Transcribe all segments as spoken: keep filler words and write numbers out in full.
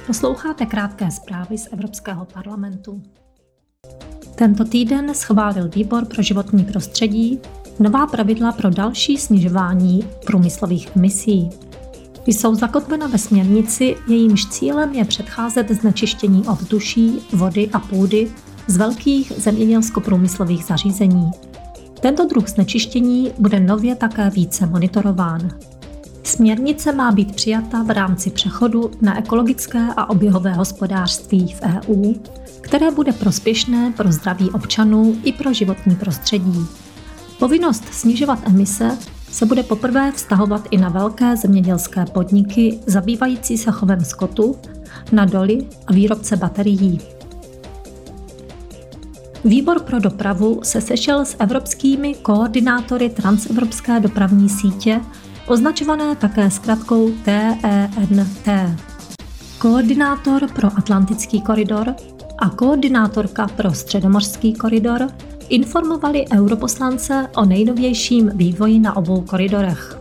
Posloucháte krátké zprávy z Evropského parlamentu. Tento týden schválil Výbor pro životní prostředí nová pravidla pro další snižování průmyslových emisí. Jsou zakotvena ve směrnici, jejímž cílem je předcházet znečištění ovzduší, vody a půdy z velkých zemědělsko-průmyslových zařízení. Tento druh znečištění bude nově také více monitorován. Směrnice má být přijata v rámci přechodu na ekologické a oběhové hospodářství v E U, které bude prospěšné pro zdraví občanů i pro životní prostředí. Povinnost snižovat emise se bude poprvé vztahovat i na velké zemědělské podniky zabývající se chovem skotu, na doly a výrobce baterií. Výbor pro dopravu se sešel s evropskými koordinátory transevropské dopravní sítě, označované také zkratkou T E N T. Koordinátor pro Atlantický koridor a koordinátorka pro Středomořský koridor informovali europoslance o nejnovějším vývoji na obou koridorech.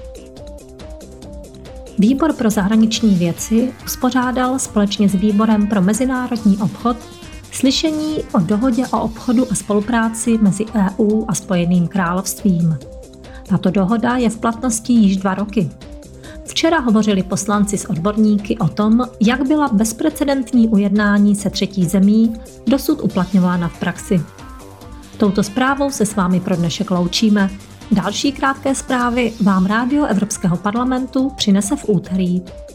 Výbor pro zahraniční věci uspořádal společně s Výborem pro mezinárodní obchod slyšení o dohodě o obchodu a spolupráci mezi E U a Spojeným královstvím. Tato dohoda je v platnosti již dva roky. Včera hovořili poslanci s odborníky o tom, jak byla bezprecedentní ujednání se třetí zemí dosud uplatňována v praxi. Touto zprávou se s vámi pro dnešek loučíme. Další krátké zprávy vám Rádio Evropského parlamentu přinese v úterý.